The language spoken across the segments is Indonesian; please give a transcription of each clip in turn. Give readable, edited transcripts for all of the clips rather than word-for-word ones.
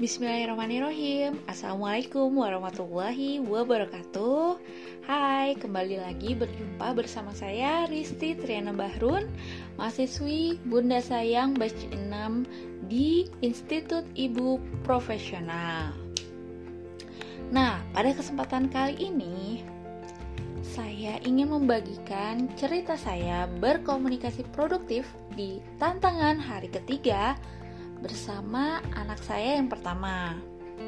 Bismillahirrahmanirrahim. Assalamualaikum warahmatullahi wabarakatuh. Hai, kembali lagi berjumpa bersama saya Risti Triana Bahrun, mahasiswi Bunda Sayang batch 6 di Institut Ibu Profesional. Nah, pada kesempatan kali ini saya ingin membagikan cerita saya berkomunikasi produktif di tantangan hari ketiga bersama anak saya yang pertama.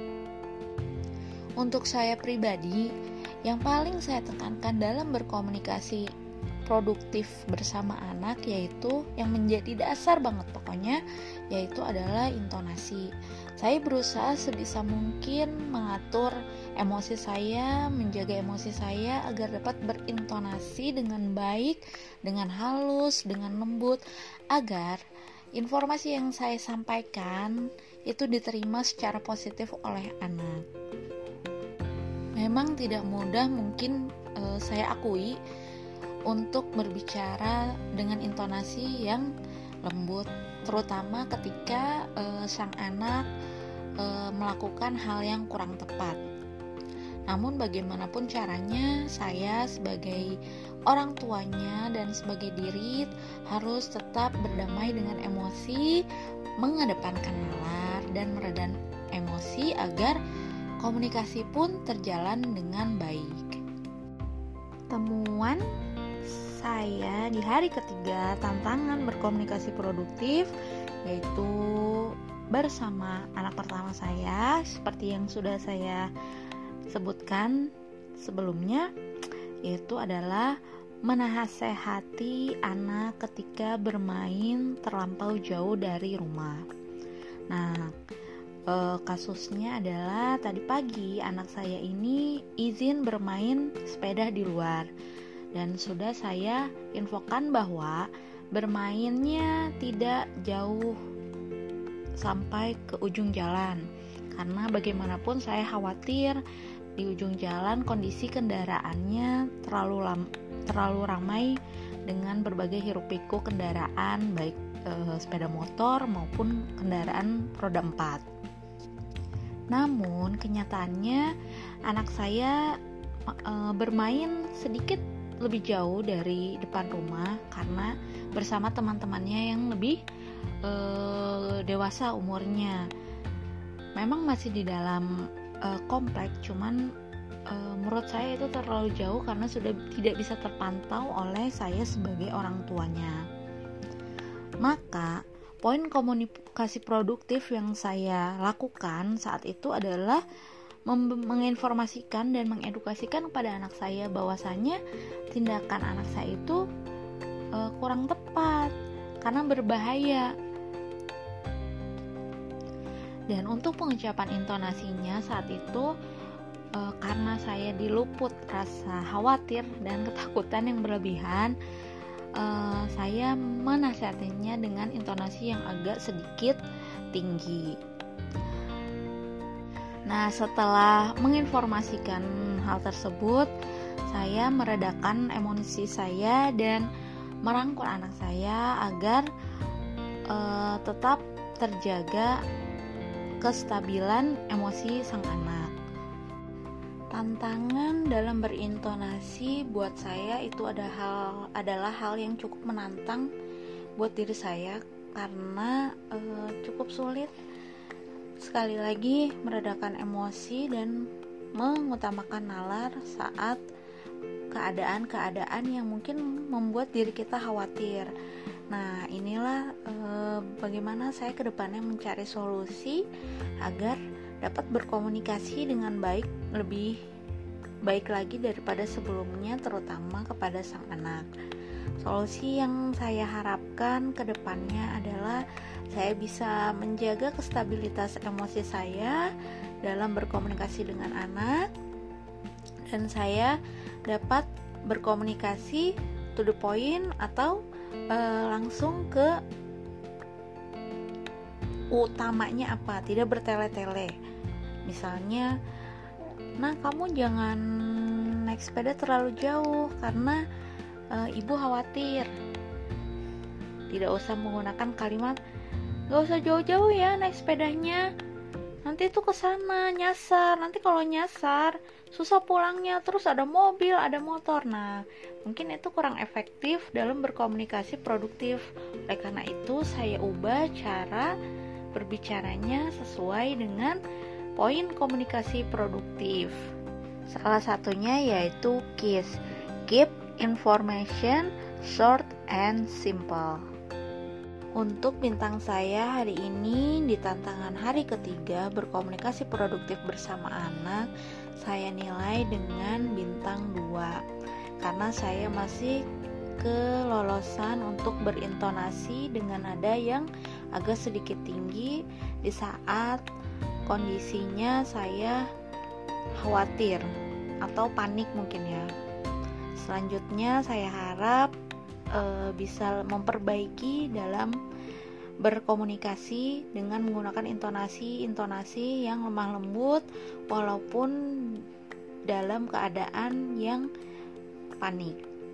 Untuk saya pribadi, yang paling saya tekankan dalam berkomunikasi produktif bersama anak yaitu yang menjadi dasar banget pokoknya, yaitu adalah intonasi. Saya berusaha sebisa mungkin mengatur emosi saya, menjaga emosi saya agar dapat berintonasi dengan baik, dengan halus, dengan lembut, agar informasi yang saya sampaikan itu diterima secara positif oleh anak. Memang tidak mudah mungkin saya akui untuk berbicara dengan intonasi yang lembut, terutama ketika sang anak melakukan hal yang kurang tepat. Namun bagaimanapun caranya, saya sebagai orang tuanya dan sebagai diri harus tetap berdamai dengan emosi, mengedepankan nalar dan meredam emosi agar komunikasi pun terjalan dengan baik. Temuan saya di hari ketiga tantangan berkomunikasi produktif yaitu bersama anak pertama saya, seperti yang sudah saya sebutkan sebelumnya, yaitu adalah menasehati anak ketika bermain terlampau jauh dari rumah. Nah, kasusnya adalah tadi pagi anak saya ini izin bermain sepeda di luar, dan sudah saya infokan bahwa bermainnya tidak jauh sampai ke ujung jalan, karena bagaimanapun saya khawatir di ujung jalan kondisi kendaraannya terlalu ramai dengan berbagai hiruk-pikuk kendaraan, baik sepeda motor maupun kendaraan roda 4. Namun kenyataannya anak saya bermain sedikit lebih jauh dari depan rumah karena bersama teman-temannya yang lebih dewasa umurnya. Memang masih di dalam komplek, cuman menurut saya itu terlalu jauh karena sudah tidak bisa terpantau oleh saya sebagai orang tuanya. Maka poin komunikasi produktif yang saya lakukan saat itu adalah menginformasikan dan mengedukasikan kepada anak saya bahwasanya tindakan anak saya itu kurang tepat karena berbahaya. Dan untuk pengucapan intonasinya saat itu karena saya diluput rasa khawatir dan ketakutan yang berlebihan, saya menasihatinya dengan intonasi yang agak sedikit tinggi. Nah, setelah menginformasikan hal tersebut, saya meredakan emosi saya dan merangkul anak saya agar tetap terjaga kestabilan emosi sang anak. Tantangan dalam berintonasi buat saya itu adalah hal yang cukup menantang buat diri saya karena cukup sulit sekali lagi meredakan emosi dan mengutamakan nalar saat keadaan-keadaan yang mungkin membuat diri kita khawatir. Nah, inilah bagaimana saya ke depannya mencari solusi agar dapat berkomunikasi dengan baik, lebih baik lagi daripada sebelumnya, terutama kepada sang anak. Solusi yang saya harapkan ke depannya adalah saya bisa menjaga kestabilitas emosi saya dalam berkomunikasi dengan anak, dan saya dapat berkomunikasi to the point atau langsung ke utamanya apa, tidak bertele-tele. Misalnya, nah kamu jangan naik sepeda terlalu jauh karena ibu khawatir. Tidak usah menggunakan kalimat gak usah jauh-jauh ya naik sepedanya, nanti tuh ke sana nyasar, nanti kalau nyasar susah pulangnya, terus ada mobil, ada motor. Nah, mungkin itu kurang efektif dalam berkomunikasi produktif. Oleh karena itu, saya ubah cara berbicaranya sesuai dengan poin komunikasi produktif. Salah satunya yaitu KISS, Keep Information Short and Simple. Untuk bintang saya hari ini di tantangan hari ketiga berkomunikasi produktif bersama anak, saya nilai dengan bintang 2 karena saya masih kelolosan untuk berintonasi dengan nada yang agak sedikit tinggi di saat kondisinya saya khawatir atau panik mungkin ya. Selanjutnya saya harap bisa memperbaiki dalam berkomunikasi dengan menggunakan intonasi yang lemah lembut walaupun dalam keadaan yang panik.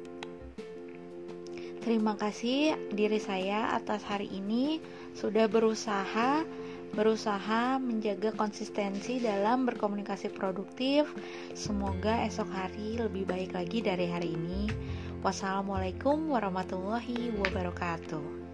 Terima kasih diri saya atas hari ini sudah berusaha menjaga konsistensi dalam berkomunikasi produktif. Semoga esok hari lebih baik lagi dari hari ini. Wassalamualaikum warahmatullahi wabarakatuh.